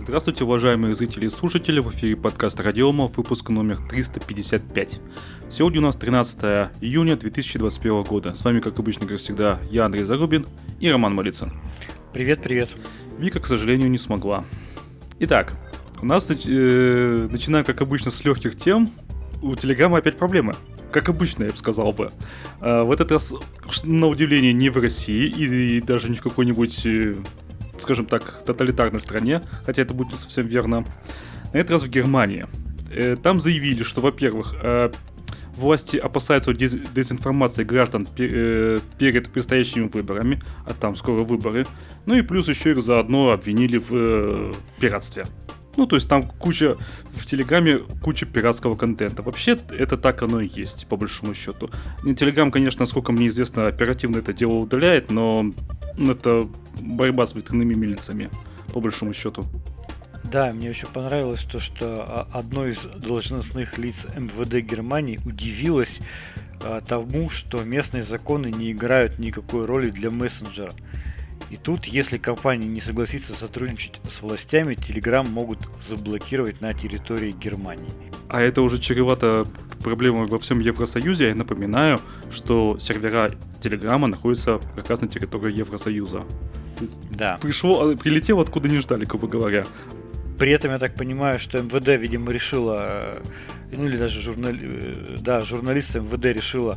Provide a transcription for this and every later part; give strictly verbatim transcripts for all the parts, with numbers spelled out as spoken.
Здравствуйте, уважаемые зрители и слушатели, в эфире подкаст Радиома, выпуск номер триста пятьдесят пять. Сегодня у нас тринадцатое июня две тысячи двадцать первого года. С вами, как обычно, как всегда, я, Андрей Зарубин и Роман Малицын. Привет, привет. Вика, к сожалению, не смогла. Итак, у нас, э, начинаем, как обычно, с легких тем. У Телеграма опять проблемы. Как обычно, я бы сказал бы. А, в этот раз, на удивление, не в России и, и даже не в какой-нибудь, э, скажем так, тоталитарной стране, хотя это будет не совсем верно. На этот раз в Германии. Э, там заявили, что, во-первых, э, власти опасаются дез- дезинформации граждан пер- э, перед предстоящими выборами, а там скоро выборы. Ну и плюс еще их заодно обвинили в э, пиратстве. Ну, то есть там куча, в Телеграме куча пиратского контента. Вообще, это так оно и есть, по большому счету. Телеграм, конечно, насколько мне известно, оперативно это дело удаляет, но это борьба с ветряными мельницами, по большому счету. Да, мне еще понравилось то, что одно из должностных лиц эм вэ дэ Германии удивилось а, тому, что местные законы не играют никакой роли для мессенджера. И тут, если компания не согласится сотрудничать с властями, Telegram могут заблокировать на территории Германии. А это уже чревато проблемой во всем Евросоюзе. Я напоминаю, что сервера Телеграма находятся как раз на территории Евросоюза. Да. Пришло, прилетело откуда не ждали, грубо говоря. При этом я так понимаю, что эм вэ дэ, видимо, решила, ну или даже журнали... да, журналист эм вэ дэ решила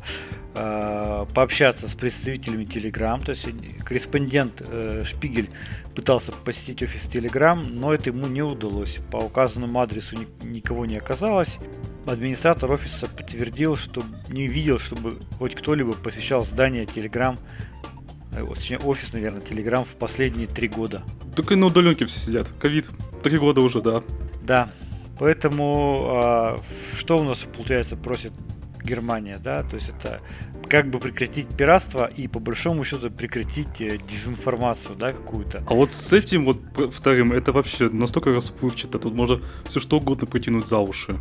э, пообщаться с представителями Telegram. То есть корреспондент э, Шпигель пытался посетить офис Telegram, но это ему не удалось. По указанному адресу ни, никого не оказалось. Администратор офиса подтвердил, что не видел, чтобы хоть кто-либо посещал здание Telegram, точнее офис, наверное, Telegram в последние три года. Только и на удаленке все сидят. Ковид. Три года уже, да. Да. Поэтому а, что у нас, получается, просит Германия, да? То есть это как бы прекратить пиратство и по большому счету прекратить э, дезинформацию, да, какую-то. А вот с этим вот вторым, это вообще настолько расплывчато. Тут можно все что угодно притянуть за уши.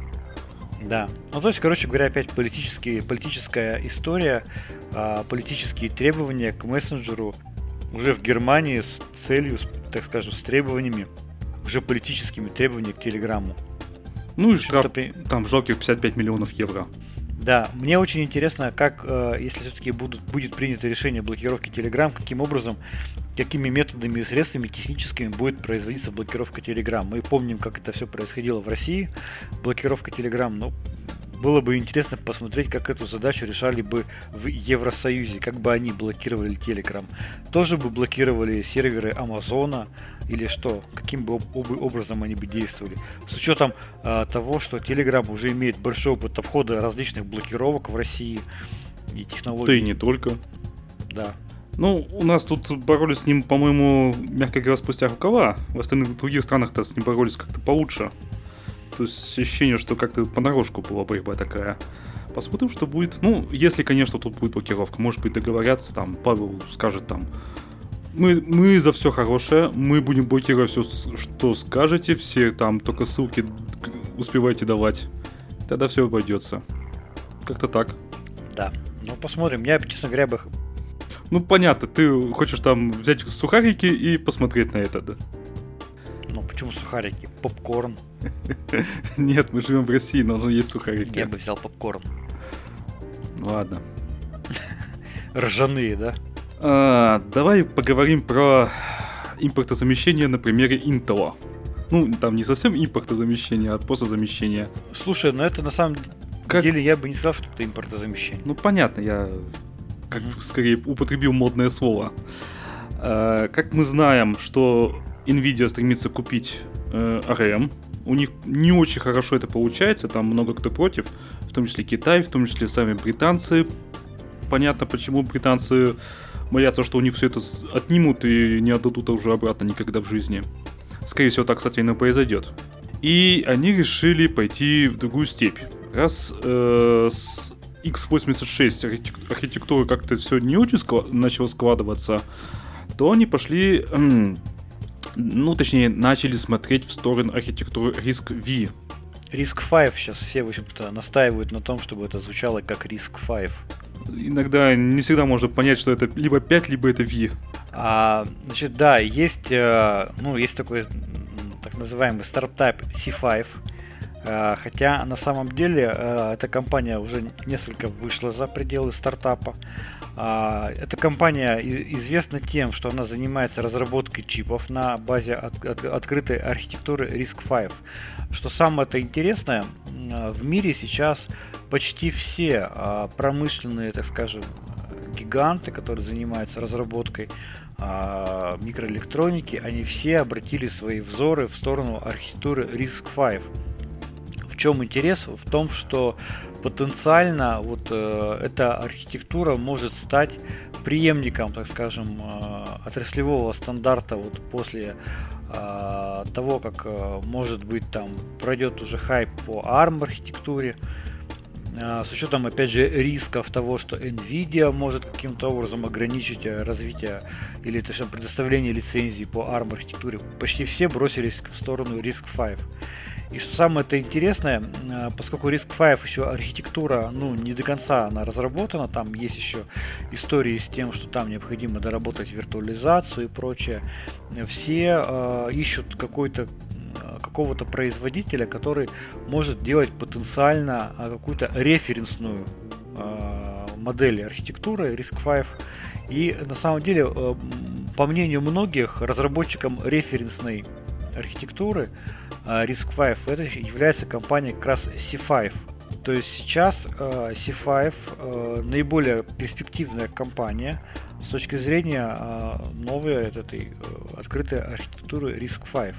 Да. Ну, то есть, короче говоря, опять политические, политическая история, а, политические требования к мессенджеру уже в Германии с целью, так скажем, с требованиями, уже политическими требованиями к Телеграмму. Ну и штраф, при... там жалких пятьдесят пять миллионов евро. Да, мне очень интересно, как, э, если все-таки будут, будет принято решение блокировки Telegram, каким образом, какими методами и средствами техническими будет производиться блокировка Telegram. Мы помним, как это все происходило в России, блокировка Telegram, но было бы интересно посмотреть, как эту задачу решали бы в Евросоюзе, как бы они блокировали Telegram. Тоже бы блокировали серверы Амазона или что? Каким бы об- образом они бы действовали? С учетом э, того, что Telegram уже имеет большой опыт обхода различных блокировок в России и технологий. Да и не только. Да. Ну, у нас тут боролись с ним, по-моему, мягко говоря, спустя рукава. В остальных в других странах-то с ним боролись как-то получше. То есть ощущение, что как-то понарошку была борьба такая. Посмотрим, что будет. Ну, если, конечно, тут будет блокировка. Может быть, договорятся, там, Павел скажет там, мы, мы за все хорошее, мы будем блокировать все, что скажете, все там только ссылки успевайте давать. Тогда все обойдется. Как-то так. Да. Ну, посмотрим. Я, честно говоря, бы... Ну, понятно, ты хочешь там взять сухарики и посмотреть на это, да? Ну, почему сухарики? Попкорн. Нет, мы живем в России, нужно есть сухарики. Я бы взял попкорн. Ладно. Ржаные, да? А, давай поговорим про импортозамещение на примере Intel. Ну, там не совсем импортозамещение, а просто замещение. Слушай, ну это на самом как... деле я бы не сказал, что это импортозамещение. Ну, понятно, я как mm-hmm. скорее употребил модное слово. А, как мы знаем, что Nvidia стремится купить э, эй ар эм. У них не очень хорошо это получается, там много кто против, в том числе Китай, в том числе сами британцы. Понятно, почему британцы боятся, что у них все это отнимут и не отдадут уже обратно никогда в жизни. Скорее всего, так, кстати, и произойдет. И они решили пойти в другую степь. Раз э, с икс восемьдесят шесть архитектура как-то все не очень склад... начала складываться, то они пошли... Э, ну, точнее, начали смотреть в сторону архитектуры RISC-V. RISC-V сейчас все, в общем-то, настаивают на том, чтобы это звучало как RISC-V. Иногда не всегда можно понять, что это либо пять, либо это V. А, значит, да, есть, ну, есть такой, так так называемый стартап си пять. Хотя на самом деле эта компания уже несколько вышла за пределы стартапа. Эта компания известна тем, что она занимается разработкой чипов на базе от, от, открытой архитектуры риск пять. Что самое интересное, в мире сейчас почти все промышленные, так скажем, гиганты, которые занимаются разработкой микроэлектроники, они все обратили свои взоры в сторону архитектуры риск пять. В чем интерес? В том, что потенциально вот э, эта архитектура может стать преемником, так скажем, э, отраслевого стандарта вот после э, того, как э, может быть там пройдет уже хайп по арм архитектуре, э, с учетом опять же рисков того, что Nvidia может каким-то образом ограничить развитие или точнее предоставление лицензий по арм архитектуре. Почти все бросились в сторону риск пять. И что самое это интересное, поскольку риск пять еще архитектура, ну, не до конца она разработана, там есть еще истории с тем, что там необходимо доработать виртуализацию и прочее, все э, ищут какой-то какого-то производителя, который может делать потенциально какую-то референсную э, модель архитектуры риск пять. И на самом деле, э, по мнению многих, разработчикам референсной архитектуры риск пять это является компания как раз си пять. То есть сейчас э, си пять э, наиболее перспективная компания с точки зрения э, новой этой э, открытой архитектуры риск пять.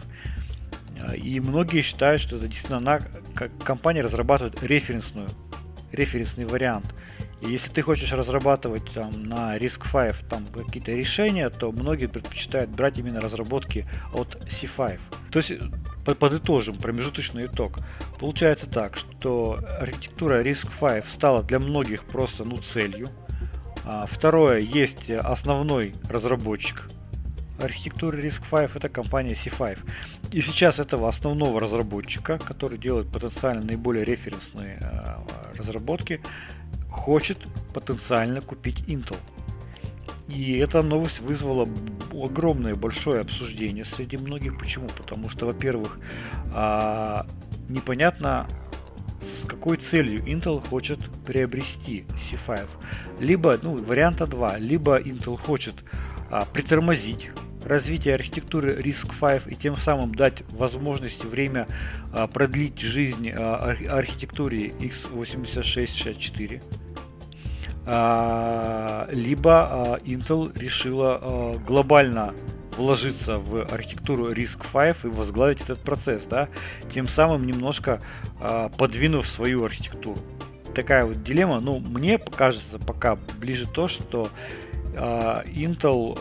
И многие считают, что это действительно она, как компания разрабатывает референсную, референсный вариант. И если ты хочешь разрабатывать там, на риск пять там, какие-то решения, то многие предпочитают брать именно разработки от си пять. То есть подытожим промежуточный итог. Получается так, что архитектура риск пять стала для многих просто ну, целью. А, второе, есть основной разработчик архитектуры риск пять, это компания си пять. И сейчас этого основного разработчика, который делает потенциально наиболее референсные а, разработки, хочет потенциально купить Intel. И эта новость вызвала огромное большое обсуждение среди многих. Почему? Потому что, во-первых, непонятно, с какой целью Intel хочет приобрести си пять. Либо, ну, варианта два, либо Intel хочет притормозить развитие архитектуры риск пять и тем самым дать возможность время продлить жизнь архитектуре икс восемьдесят шесть шестьдесят четыре. Либо Intel решила глобально вложиться в архитектуру риск пять и возглавить этот процесс, да, тем самым немножко подвинув свою архитектуру. Такая вот дилемма. Ну, мне кажется пока ближе то, что Intel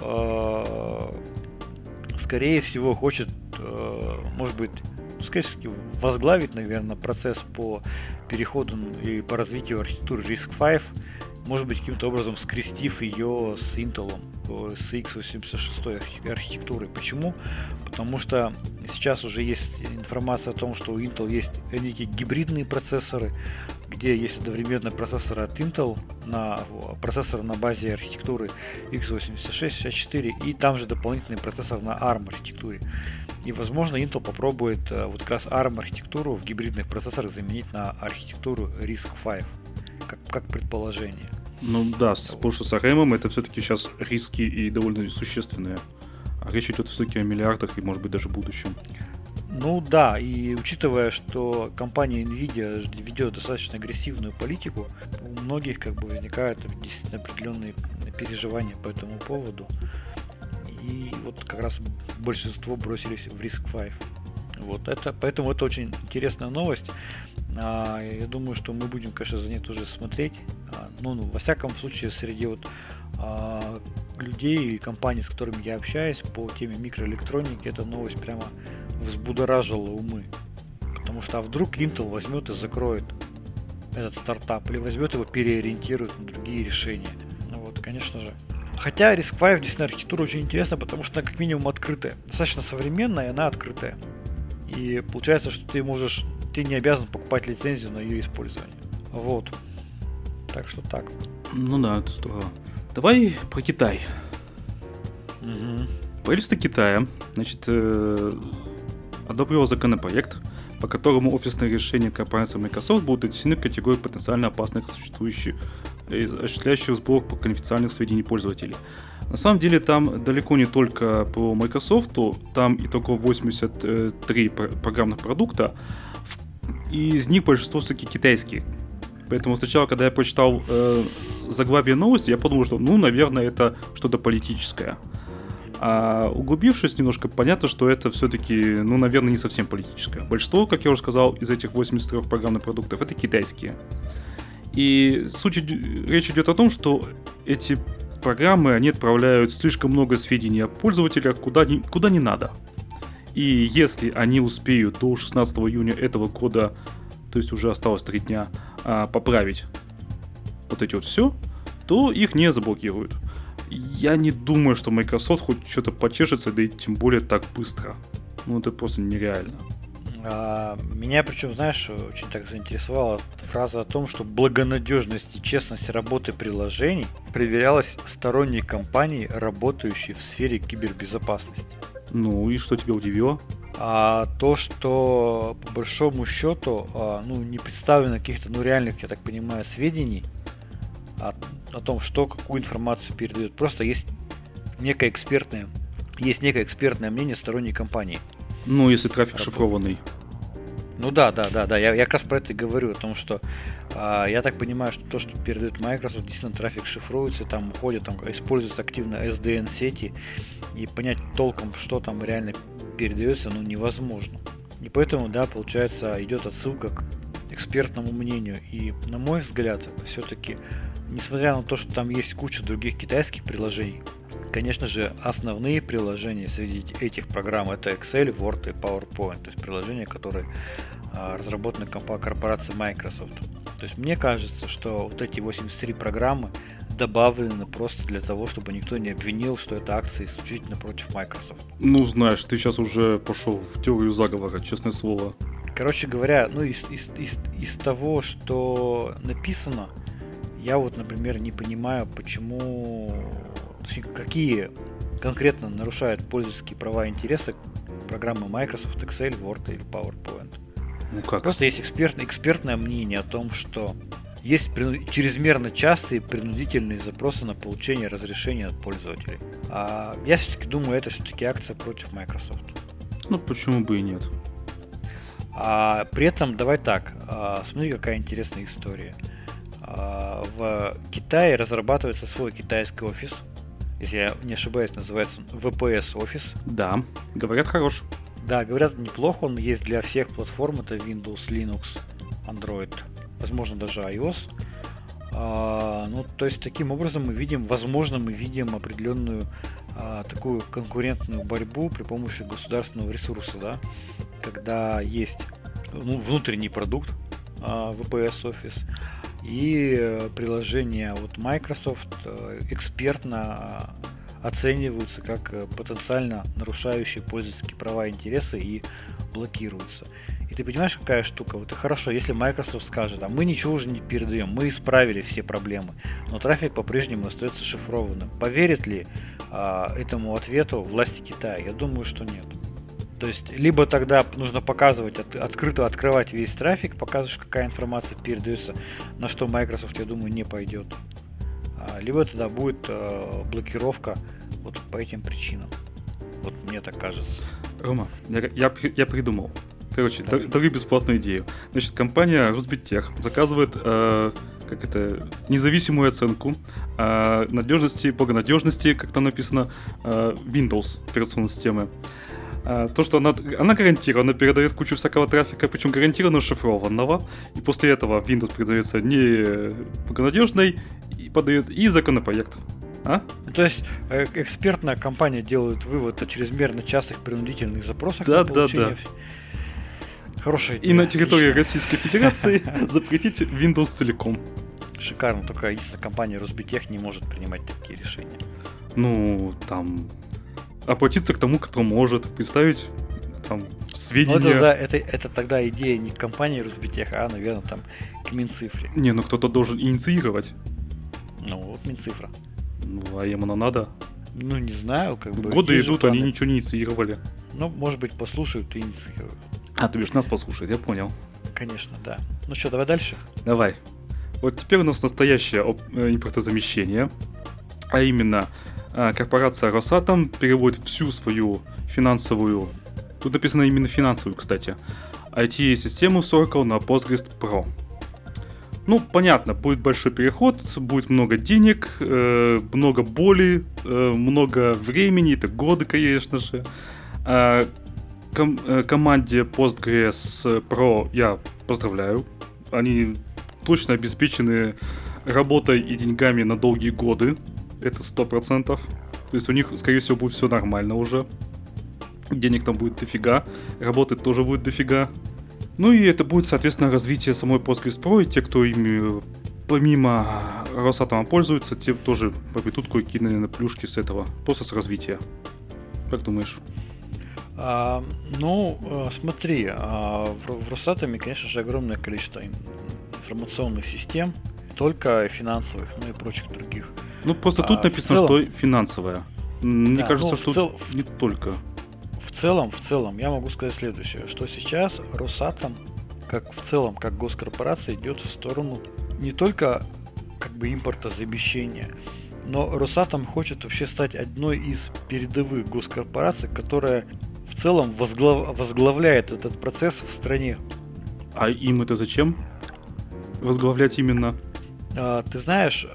скорее всего хочет, может быть, скорее всего, возглавить, наверное, процесс по переходу и по развитию архитектуры риск пять, может быть, каким-то образом скрестив ее с Intel, с икс восемьдесят шесть архитектурой. Почему? Потому что сейчас уже есть информация о том, что у Intel есть некие гибридные процессоры, где есть одновременно процессоры от Intel, на, процессор на базе архитектуры икс восемьдесят шесть шестьдесят четыре и там же дополнительный процессор на арм архитектуре. И, возможно, Intel попробует вот как раз арм архитектуру в гибридных процессорах заменить на архитектуру риск пять, как, как предположение. Ну да, потому что с эй ар эм это все-таки сейчас риски и довольно существенные. А речь идет все-таки о миллиардах и, может быть, даже будущем. Ну да, и учитывая, что компания Nvidia ведет достаточно агрессивную политику, у многих как бы возникают действительно определенные переживания по этому поводу. И вот как раз большинство бросились в риск пять. Вот это, поэтому это очень интересная новость. А, я думаю, что мы будем, конечно, за ней тоже смотреть. А, ну, ну, во всяком случае, среди вот а, людей и компаний, с которыми я общаюсь по теме микроэлектроники, эта новость прямо взбудоражила умы. Потому что а вдруг Intel возьмет и закроет этот стартап, или возьмет его, переориентирует на другие решения. Ну, вот, конечно же. Хотя риск пять действительно архитектура очень интересна, потому что она как минимум открытая. Достаточно современная, и она открытая. И получается, что ты можешь, ты не обязан покупать лицензию на ее использование. Вот. Так что так. Ну да, это здорово. Давай про Китай. Угу. Правительство Китая, значит, э, одобрила законопроект, по которому офисные решения корпорации Microsoft будут отнесены в категорию потенциально опасных, существующих, осуществляющих сбор конфиденциальных сведений пользователей. На самом деле там далеко не только по Microsoft, там и только восемьдесят три программных продукта, и из них большинство все-таки китайские. Поэтому сначала, когда я прочитал э, заглавие новости, я подумал, что, ну, наверное, это что-то политическое. А углубившись немножко, понятно, что это все-таки, ну, наверное, не совсем политическое. Большинство, как я уже сказал, из этих восьмидесяти трёх программных продуктов это китайские. И суть, речь идет о том, что эти программы, они отправляют слишком много сведений о пользователях куда не, куда не надо. И если они успеют до шестнадцатого июня этого года, то есть уже осталось три дня, поправить вот эти вот все, то их не заблокируют. Я не думаю, что Microsoft хоть что-то почешется, да и тем более так быстро. Ну, это просто нереально. А, меня, причем, знаешь, очень так заинтересовала фраза о том, что благонадежность и честность работы приложений проверялась сторонней компанией, работающей в сфере кибербезопасности. Ну, и что тебя удивило? А то, что по большому счету, а, ну, не представлено каких-то, ну, реальных, я так понимаю, сведений о, о том, что, какую информацию передает. Просто есть некое экспертное, есть некое экспертное мнение сторонней компании. Ну, если трафик шифрованный. Ну да, да, да, да. Я, я как раз про это и говорю, о том, что а, я так понимаю, что то, что передает Microsoft, действительно трафик шифруется, там уходит, там используются активно эс ди эн-сети, и понять толком, что там реально передается, ну, невозможно. И поэтому, да, получается, идет отсылка к экспертному мнению. И, на мой взгляд, все-таки, несмотря на то, что там есть куча других китайских приложений, конечно же, основные приложения среди этих программ это Excel, Word и PowerPoint, то есть приложения, которые а, разработаны корпорацией Microsoft. То есть мне кажется, что вот эти восемьдесят три программы добавлены просто для того, чтобы никто не обвинил, что это акции исключительно против Microsoft. Ну, знаешь, ты сейчас уже пошел в теорию заговора, честное слово. Короче говоря, ну из, из, из, из того, что написано, я вот, например, не понимаю, почему, какие конкретно нарушают пользовательские права и интересы программы Microsoft, Excel, Word или PowerPoint. Ну как? Просто есть эксперт, экспертное мнение о том, что есть чрезмерно частые принудительные запросы на получение разрешения от пользователей. А я все-таки думаю, это все-таки акция против Microsoft. Ну почему бы и нет? А при этом давай так, а, смотри, какая интересная история. А, в Китае разрабатывается свой китайский офис, если я не ошибаюсь, называется ви пи эс офис. Да, говорят, хорош. Да, говорят, неплохо, он есть для всех платформ, это Windows, Linux, Android, возможно даже iOS. А, ну, то есть таким образом мы видим, возможно, мы видим определенную а, такую конкурентную борьбу при помощи государственного ресурса, да, когда есть ну, внутренний продукт а, ви пи эс Office и а, приложения от Microsoft а, экспертно оцениваются как потенциально нарушающие пользовательские права и интересы и блокируются. И ты понимаешь, какая штука? Вот и хорошо, если Microsoft скажет, а мы ничего уже не передаем, мы исправили все проблемы, но трафик по-прежнему остается шифрованным. Поверит ли а, этому ответу власти Китая? Я думаю, что нет. То есть, либо тогда нужно показывать, от, открыто открывать весь трафик, показываешь, какая информация передается, на что Microsoft, я думаю, не пойдет. А, либо тогда будет а, блокировка вот по этим причинам. Вот мне так кажется. Рома, я, я, я придумал. Короче, даю бесплатную идею. Значит, компания Росбиттех заказывает э, как это, независимую оценку э, надежности, благонадежности, как там написано, э, Windows операционной системы. Э, то, что она, она гарантированно передает кучу всякого трафика, причем гарантированно шифрованного, и после этого Windows признается не благонадежной и подает и законопроект. А? То есть э, экспертная компания делает вывод о чрезмерно частых принудительных запросах да, на получение... Да, да. Хорошая идея. И на территории Отлично. Российской Федерации запретить Windows целиком. Шикарно, только единственная компания Росбиттех не может принимать такие решения. Ну, там, обратиться к тому, кто может, представить там сведения. Ну, это, да, это, это тогда идея не к компании Росбиттех, а, наверное, там к Минцифре. Не, ну кто-то должен инициировать. Ну, вот Минцифра. Ну, а им оно надо. Ну, не знаю, как бы... Годы есть же идут, они планы. ничего не инициировали. Ну, может быть, послушают и инициируют. А, ты бишь нас послушать, я понял. Конечно, да. Ну что, давай дальше? Давай. Вот теперь у нас настоящее оп- э, импортозамещение. А именно, э, корпорация Росатом переводит всю свою финансовую... Тут написано именно финансовую, кстати. ай ти-систему с Oracle на PostgreSQL. Ну, понятно, будет большой переход, будет много денег, э, много боли, э, много времени, это годы, конечно же. Э, ком- э, команде PostgreSQL я поздравляю. Они точно обеспечены работой и деньгами на долгие годы. Это сто процентов. То есть у них, скорее всего, будет все нормально уже. Денег там будет дофига, работать тоже будет дофига. Ну и это будет, соответственно, развитие самой PostgreSQL, и те, кто ими помимо Росатома пользуются, те тоже победут кое-какие, наверное, плюшки с этого, просто с развития. Как думаешь? А, ну, смотри, а, в, в Росатоме, конечно же, огромное количество информационных систем, только финансовых, ну и прочих других. Ну, просто тут а, написано, целом, что финансовая. Мне да, кажется, ну, что цел, не только. В целом, в целом, я могу сказать следующее, что сейчас Росатом, как в целом, как госкорпорация, идет в сторону не только как бы импортозамещения, но Росатом хочет вообще стать одной из передовых госкорпораций, которая в целом возглав... возглавляет этот процесс в стране. А им это зачем? Возглавлять именно? А, ты знаешь,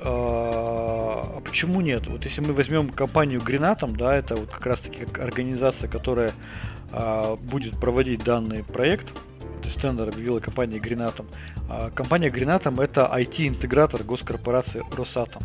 а, а почему нет? Вот если мы возьмем компанию Greenatom, да, это вот как раз таки организация, которая а, будет проводить данный проект, то есть тендер объявила компания Greenatom. А, компания Greenatom это ай ти-интегратор госкорпорации Росатом.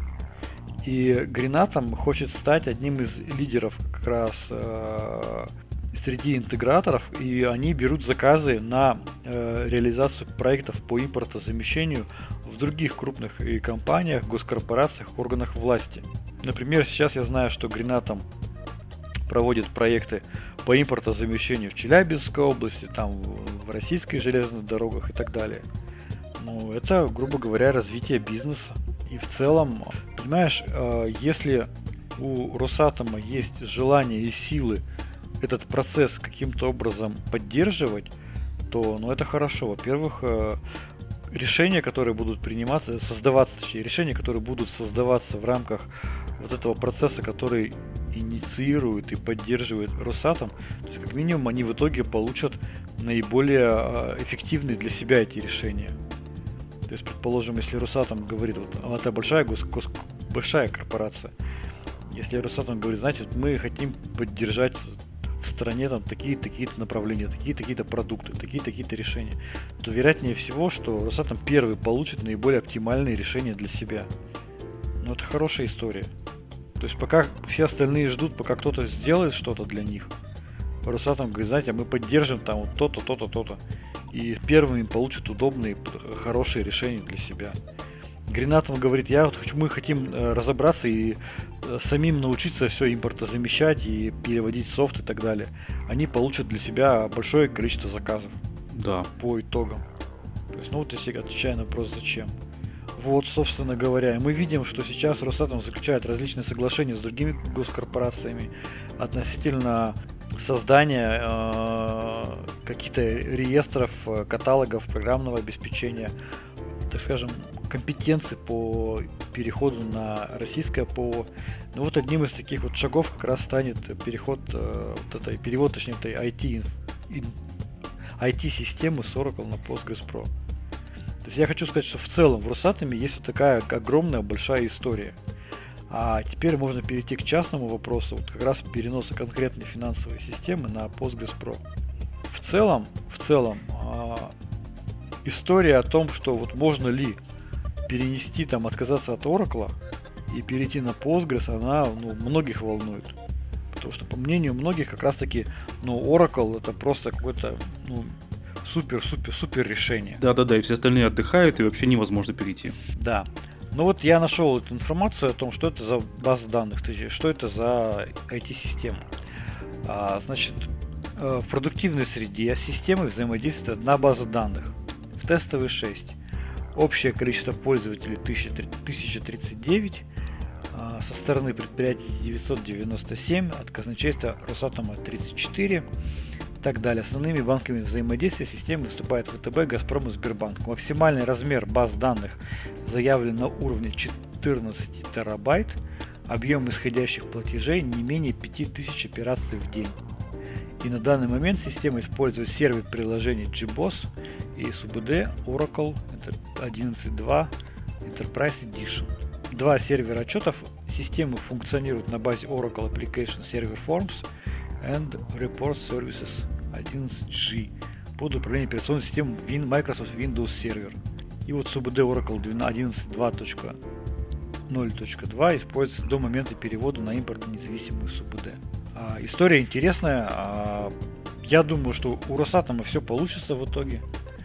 И Greenatom хочет стать одним из лидеров как раз а, среди интеграторов, и они берут заказы на э, реализацию проектов по импортозамещению в других крупных и компаниях, госкорпорациях, органах власти. Например, сейчас я знаю, что Greenatom проводит проекты по импортозамещению в Челябинской области, там в российской железных дорогах и так далее. Ну, это, грубо говоря, развитие бизнеса. И в целом, понимаешь, э, если у Росатома есть желание и силы этот процесс каким-то образом поддерживать, то ну, это хорошо. Во-первых, решения, которые будут приниматься, создаваться, точнее, решения, которые будут создаваться в рамках вот этого процесса, который инициирует и поддерживает Росатом, то есть как минимум они в итоге получат наиболее эффективные для себя эти решения. То есть, предположим, если Росатом говорит, вот это большая, гос, гос, большая корпорация, если Росатом говорит, знаете, вот мы хотим поддержать в стране там такие-то, такие-то направления, такие-то, такие-то продукты, такие-то, такие-то решения, то вероятнее всего, что Росатом первый получит наиболее оптимальные решения для себя. Но это хорошая история. То есть пока все остальные ждут, пока кто-то сделает что-то для них, Росатом говорит, знаете, мы поддержим там вот то-то, то-то, то-то. И первыми получат удобные, хорошие решения для себя. Greenatom говорит, я вот хочу, мы хотим э, разобраться и э, самим научиться все импортозамещать и переводить софт и так далее. Они получат для себя большое количество заказов. Да. По итогам. То есть, ну вот если отвечая на вопрос, зачем. Вот, собственно говоря, мы видим, что сейчас Росатом заключает различные соглашения с другими госкорпорациями относительно создания э, каких-то реестров, каталогов программного обеспечения, так скажем, компетенции по переходу на российское ПО. Ну вот одним из таких вот шагов как раз станет переход, э, вот этой, перевод, точнее, этой ай ти, ай ти-системы с Oracle на PostgreSQL. То есть я хочу сказать, что в целом в Росатоме есть вот такая огромная большая история. А теперь можно перейти к частному вопросу, вот как раз переноса конкретной финансовой системы на PostgreSQL. В целом, в целом, э, история о том, что вот можно ли перенести, там, отказаться от Oracle и перейти на Postgres, она ну, многих волнует. Потому что, по мнению многих, как раз таки, ну, Oracle это просто какое-то ну, супер-супер-супер решение. Да-да-да, и все остальные отдыхают, и вообще невозможно перейти. Да. Ну вот я нашел эту информацию о том, что это за база данных, что это за ай ти-система. А, значит, в продуктивной среде с системой взаимодействует одна база данных. В тестовой шесть. Общее количество пользователей тысяча тридцать девять. со стороны предприятия девятьсот девяносто семь, от казначейства Росатома тридцать четыре и так далее. Основными банками взаимодействия системы выступают ВТБ, Газпром и Сбербанк. Максимальный размер баз данных заявлен на уровне четырнадцать терабайт, объем исходящих платежей не менее пять тысяч операций в день. И на данный момент система использует сервер приложений джи бос и СУБД Oracle одиннадцать точка два Enterprise Edition. Два сервера отчетов системы функционируют на базе Oracle Application Server Forms and Report Services одиннадцать джи под управлением операционной системы Microsoft Windows Server. И вот СУБД Oracle одиннадцать точка два точка ноль точка два используется до момента перевода на импортно независимую СУБД. А, история интересная. А, я думаю, что у Росатома все получится в итоге.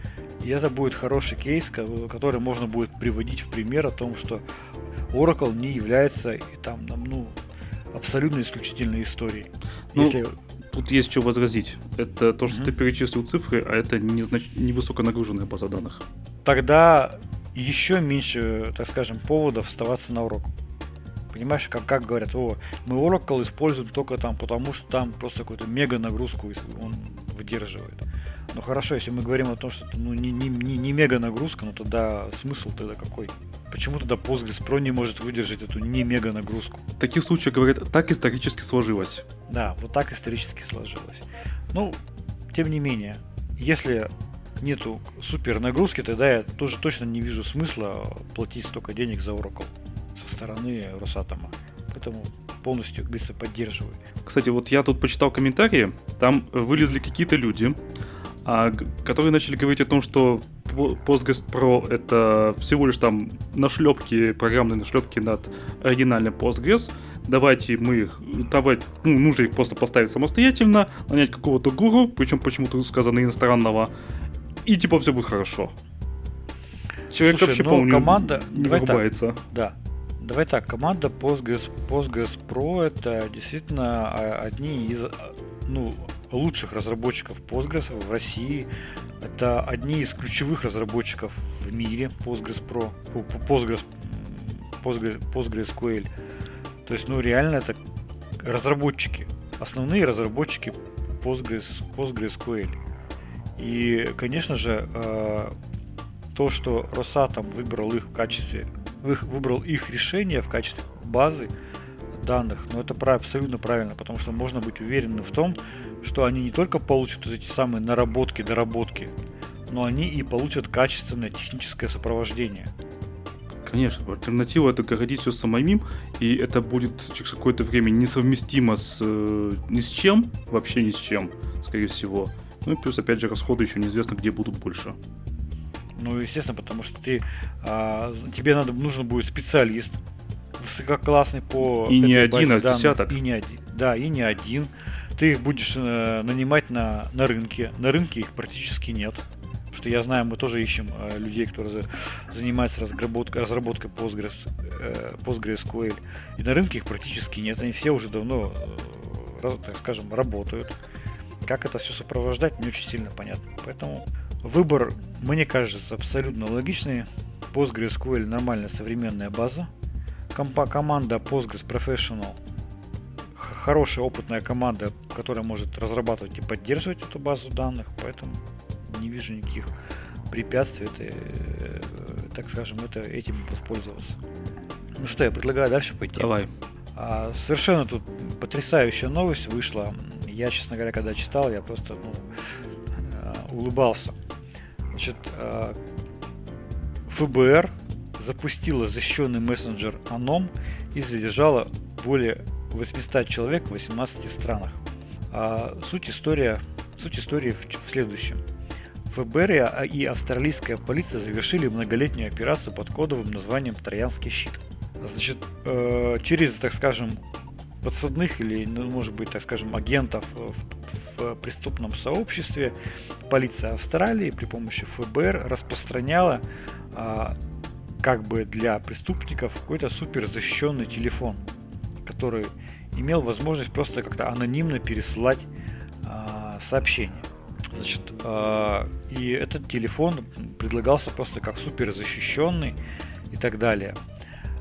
И это будет хороший кейс, который можно будет приводить в пример о том, что Oracle не является там, ну, абсолютно исключительной историей. Ну, Если... Тут есть что возразить. Это то, что угу. ты перечислил цифры, а это не, знач... не высоконагруженная база данных. Тогда еще меньше, так скажем, поводов оставаться на Oracle. Понимаешь, как, как говорят, о, мы Oracle используем только там, потому что там просто какую-то мега нагрузку он выдерживает. Ну хорошо, если мы говорим о том, что ну, не, не, не, не мега нагрузка, ну тогда смысл тогда какой? Почему тогда PostgreSQL не может выдержать эту не мега нагрузку? В таких случаях, говорят, так исторически сложилось. Да, вот так исторически сложилось. Ну, тем не менее, если нету супер нагрузки, тогда я тоже точно не вижу смысла платить столько денег за Oracle со стороны Росатома. Поэтому полностью, говорится, поддерживаю. Кстати, вот я тут почитал комментарии, там вылезли какие-то люди, а, которые начали говорить о том, что PostgreSQL это всего лишь там нашлепки, программные нашлепки над оригинальным Postgres. Давайте мы их, давайте, ну, нужно их просто поставить самостоятельно, нанять какого-то гуру, причем почему-то сказано иностранного, и типа все будет хорошо. Человек Слушай, вообще, ну, по-моему, команда... не Давай вырубается. Так. Да. Давай так, команда Postgres, Postgres Pro это действительно одни из ну, лучших разработчиков Postgres в России. Это одни из ключевых разработчиков в мире Postgres Pro, Postgres, Postgres, PostgreSQL. То есть, ну, реально это разработчики, основные разработчики Postgres, PostgreSQL. И, конечно же, то, что Росатом выбрал их в качестве, выбрал их решение в качестве базы данных, но это абсолютно правильно, потому что можно быть уверенным в том, что они не только получат вот эти самые наработки, доработки, но они и получат качественное техническое сопровождение. Конечно, альтернатива это городить все самим, и это будет через какое-то время несовместимо с э, ни с чем, вообще ни с чем, скорее всего. Ну и плюс, опять же, расходы еще неизвестно, где будут больше. Ну, естественно, потому что ты, а, тебе надо, нужен будет специалист высококлассный по и этой не базе один, а данных. десяток. И не один. Да, и не один. Ты их будешь э, нанимать на, на рынке. На рынке их практически нет. Потому что я знаю, мы тоже ищем э, людей, которые занимаются разработкой, разработкой Postgres, э, PostgreSQL. И на рынке их практически нет. Они все уже давно, э, так скажем, работают. Как это все сопровождать, не очень сильно понятно. Поэтому выбор, мне кажется, абсолютно логичный. PostgreSQL нормальная современная база. Компа- команда Postgres Professional хорошая опытная команда, которая может разрабатывать и поддерживать эту базу данных, поэтому не вижу никаких препятствий, это, так скажем, это, этим воспользоваться. Ну что, я предлагаю дальше пойти. Давай. А, совершенно тут потрясающая новость вышла. Я, честно говоря, когда читал, я просто ну, улыбался. Значит, эф бэ эр запустила защищенный мессенджер Anom и задержала более восемьсот человек в восемнадцати странах. А суть, история, суть истории в, в следующем. эф бэ эр и австралийская полиция завершили многолетнюю операцию под кодовым названием «Троянский щит». Значит, э, через, так скажем, подсадных или, ну, может быть, так скажем, агентов в, в преступном сообществе полиция Австралии при помощи эф бэ эр распространяла э, как бы для преступников какой-то супер защищенный телефон, который имел возможность просто как-то анонимно пересылать э, сообщения. Значит, э, и этот телефон предлагался просто как супер защищенный и так далее.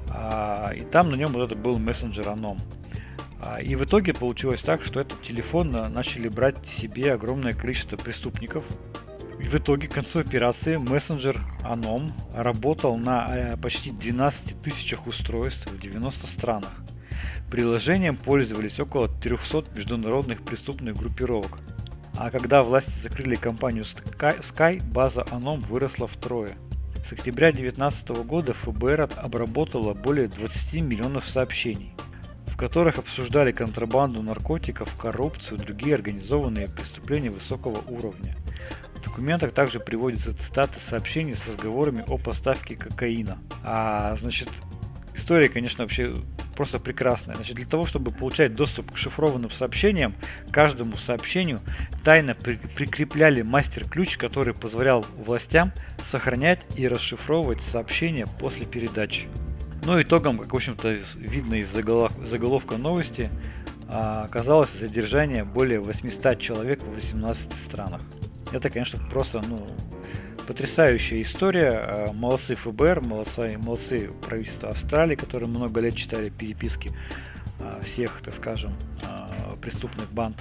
А, и там на нем вот это был мессенджер Anom. А, и в итоге получилось так, что этот телефон начали брать себе огромное количество преступников. И в итоге к концу операции мессенджер Anom работал на э, почти двенадцати тысячах устройств в девяноста странах. Приложением пользовались около трехсот международных преступных группировок. А когда власти закрыли компанию Sky, база Anom выросла втрое. С октября две тысячи девятнадцатого года эф бэ эр обработало более двадцати миллионов сообщений, в которых обсуждали контрабанду наркотиков, коррупцию и другие организованные преступления высокого уровня. В документах также приводятся цитаты сообщений с разговорами о поставке кокаина. А, значит, история, конечно, вообще просто прекрасная. Значит, для того, чтобы получать доступ к шифрованным сообщениям, каждому сообщению тайно при- прикрепляли мастер-ключ, который позволял властям сохранять и расшифровывать сообщения после передачи. Ну, итогом, как, в общем-то, видно из заголов- заголовка новости, а, оказалось задержание более восьмисот человек в восемнадцати странах. Это, конечно, просто, ну, потрясающая история. Молодцы эф бэ эр, молодцы, молодцы правительство Австралии, которые много лет читали переписки всех, так скажем, преступных банд.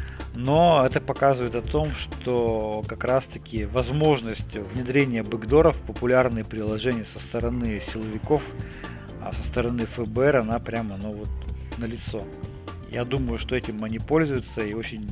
Но это показывает о том, что как раз-таки возможность внедрения бэкдоров в популярные приложения со стороны силовиков, а со стороны эф бэ эр, она прямо, ну вот, налицо. Я думаю, что этим они пользуются, и очень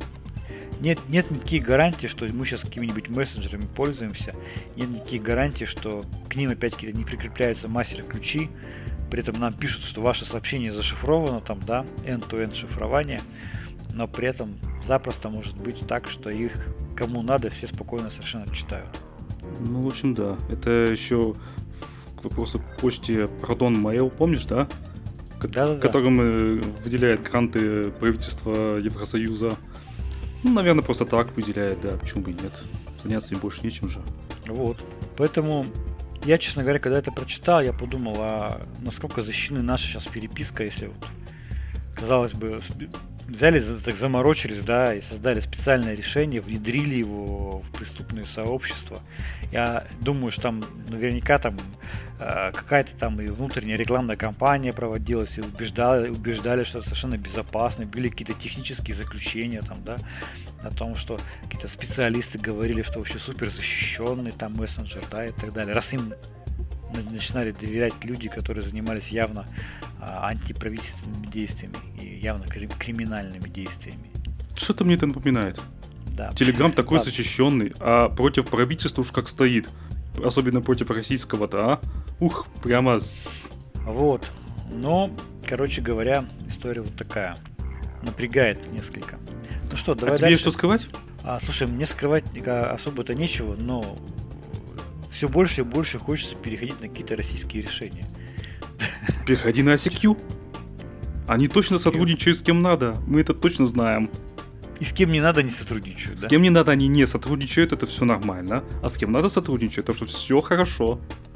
Нет, нет никаких гарантий, что мы сейчас какими-нибудь мессенджерами пользуемся. Нет никаких гарантий, что к ним опять какие-то не прикрепляются мастер-ключи. При этом нам пишут, что ваше сообщение зашифровано, там, да, end-to-end шифрование. Но при этом запросто может быть так, что их кому надо, все спокойно совершенно читают. Ну, в общем, да. Это еще к вопросу почте Proton Mail, помнишь, да? Да-да-да. Которым выделяет гранты правительства Евросоюза. Ну, наверное, просто так выделяет, да, почему бы и нет. Заняться им больше нечем же. Вот. Поэтому я, честно говоря, когда это прочитал, я подумал, а насколько защищены наша сейчас переписка, если вот, казалось бы, взяли, так заморочились, да, и создали специальное решение, внедрили его в преступные сообщества. Я думаю, что там наверняка там э, какая-то там и внутренняя рекламная кампания проводилась, и убеждали, убеждали, что это совершенно безопасно, были какие-то технические заключения там, да, о том, что какие-то специалисты говорили, что вообще супер защищенный там мессенджер, да, и так далее. Раз им начинали доверять люди, которые занимались явно а, антиправительственными действиями и явно крим- криминальными действиями. Что-то мне это напоминает. Да. Телеграм такой защищенный, а против правительства уж как стоит. Особенно против российского-то, а? Ух, прямо... С... Вот. Но, короче говоря, история вот такая. Напрягает несколько. Ну что, давай а тебе дальше. есть что скрывать? А, слушай, мне скрывать особо-то нечего, но все больше и больше хочется переходить на какие-то российские решения. Переходи на ай си кью. Они точно сотрудничают с кем надо. Мы это точно знаем. И с кем не надо, не сотрудничают, с да? С кем не надо, они не сотрудничают, это все нормально. А с кем надо сотрудничать, то что все хорошо.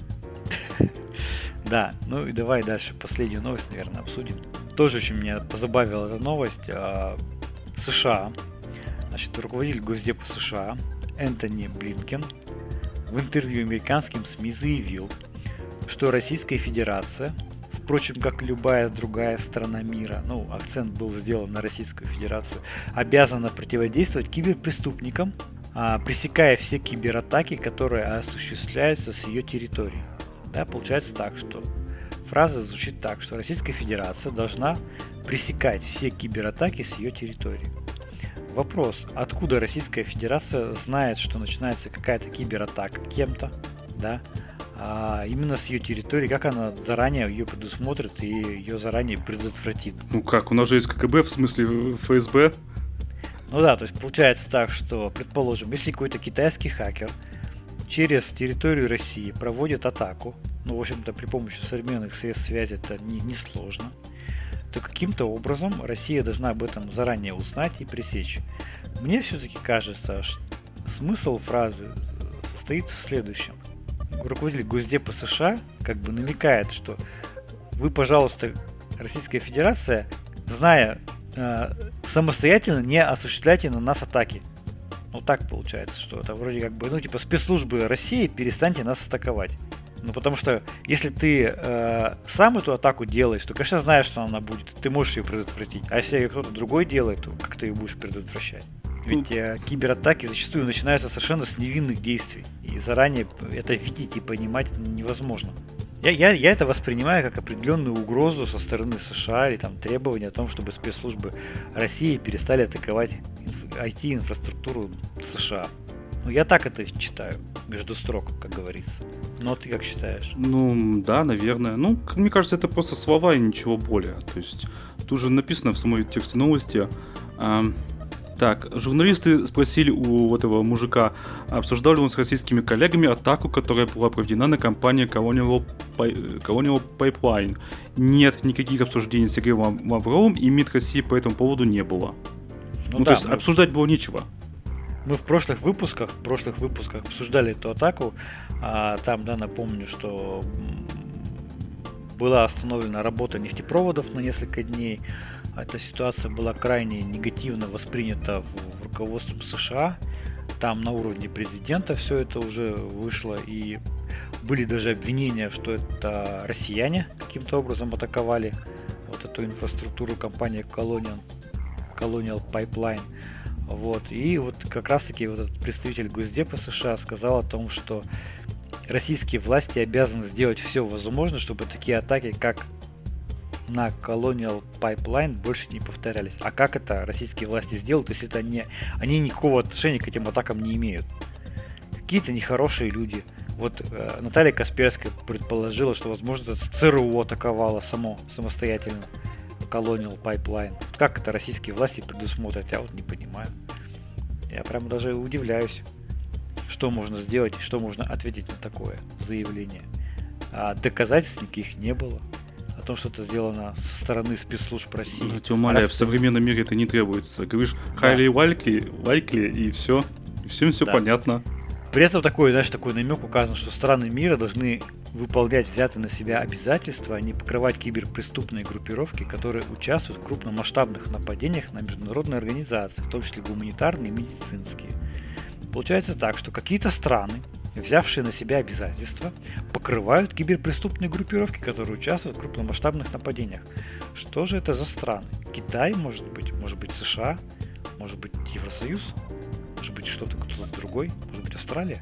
Да, ну и давай дальше последнюю новость, наверное, обсудим. Тоже очень меня позабавила эта новость. США, значит, руководитель Госдепа США Энтони Блинкен в интервью американским СМИ заявил, что Российская Федерация, впрочем, как любая другая страна мира, ну, акцент был сделан на Российскую Федерацию, обязана противодействовать киберпреступникам, а, пресекая все кибератаки, которые осуществляются с ее территории. Да, получается так, что фраза звучит так, что Российская Федерация должна пресекать все кибератаки с ее территории. Вопрос, откуда Российская Федерация знает, что начинается какая-то кибератака кем-то, да, а именно с ее территории, как она заранее ее предусмотрит и ее заранее предотвратит. Ну как, у нас же есть ка гэ бэ, в смысле эф эс бэ. Ну да, то есть получается так, что, предположим, если какой-то китайский хакер через территорию России проводит атаку, ну, в общем-то, при помощи современных средств связи это не, не сложно, то каким-то образом Россия должна об этом заранее узнать и пресечь. Мне все-таки кажется, что смысл фразы состоит в следующем. Руководитель Госдепа США как бы намекает, что вы, пожалуйста, Российская Федерация, зная э, самостоятельно не осуществляйте на нас атаки. Ну так получается, что это вроде как бы, ну типа спецслужбы России, перестаньте нас атаковать. Ну, потому что если ты э, сам эту атаку делаешь, то, конечно, знаешь, что она будет, ты можешь ее предотвратить. А если ее кто-то другой делает, то как ты ее будешь предотвращать? Ведь э, кибератаки зачастую начинаются совершенно с невинных действий. И заранее это видеть и понимать невозможно. Я, я, я это воспринимаю как определенную угрозу со стороны США или там требования о том, чтобы спецслужбы России перестали атаковать инф- ай ти-инфраструктуру США. Ну, я так это читаю, между строк, как говорится. Ну, а ты как считаешь? Ну, да, наверное. Ну, как мне кажется, это просто слова и ничего более. То есть, тут же написано в самой тексте новости. А, так, журналисты спросили у этого мужика, обсуждал ли он с российскими коллегами атаку, которая была проведена на компании Colonial, Colonial Pipeline. Нет, никаких обсуждений с Сергеем Лавровым и МИД России по этому поводу не было. Ну, ну да, то есть, мы... обсуждать было нечего. Мы в прошлых выпусках, в прошлых выпусках обсуждали эту атаку. А, там, да, напомню, что была остановлена работа нефтепроводов на несколько дней. Эта ситуация была крайне негативно воспринята в, в руководством США. Там на уровне президента все это уже вышло. И были даже обвинения, что это россияне каким-то образом атаковали вот эту инфраструктуру компании Colonial, Colonial Pipeline. Вот. И вот как раз таки вот этот представитель Госдепа США сказал о том, что российские власти обязаны сделать все возможное, чтобы такие атаки, как на Colonial Pipeline, больше не повторялись. А как это российские власти сделают, если это не, они никакого отношения к этим атакам не имеют? Какие-то нехорошие люди. Вот э, Наталья Касперская предположила, что, возможно, это ЦРУ атаковало само, самостоятельно Colonial Pipeline. Как это российские власти предусмотрят, я вот не понимаю. Я прям даже удивляюсь, что можно сделать, что можно ответить на такое заявление. А доказательств никаких не было о том, что это сделано со стороны спецслужб России. Я тебя умоляю, а в современном мире это не требуется. Говоришь highly likely, likely и все. И всем все да. понятно. При этом такой, знаешь, такой намек указан, что страны мира должны выполнять взятые на себя обязательства, а не покрывать киберпреступные группировки, которые участвуют в крупномасштабных нападениях на международные организации, в том числе гуманитарные и медицинские. Получается так, что какие-то страны, взявшие на себя обязательства, покрывают киберпреступные группировки, которые участвуют в крупномасштабных нападениях. Что же это за страны? Китай, может быть, может быть США, может быть Евросоюз, может быть что-то кто-то другой, может быть Австралия.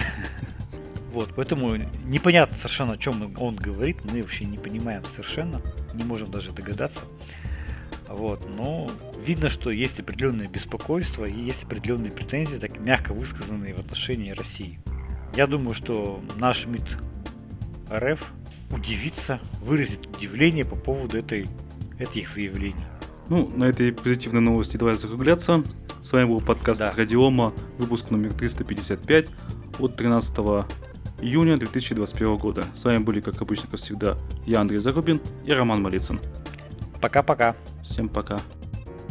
Вот, поэтому непонятно совершенно, о чем он говорит, мы вообще не понимаем совершенно, не можем даже догадаться. Вот, но видно, что есть определенное беспокойство и есть определенные претензии, так мягко высказанные в отношении России. Я думаю, что наш МИД РФ удивится, выразит удивление по поводу этой, этих заявлений. Ну, на этой позитивной новости давай закругляться. С вами был подкаст да. Радиома, выпуск номер триста пятьдесят пять от тринадцатого июня две тысячи двадцать первого года. С вами были, как обычно, как всегда, я, Андрей Зарубин и Роман Малицын. Пока-пока. Всем пока.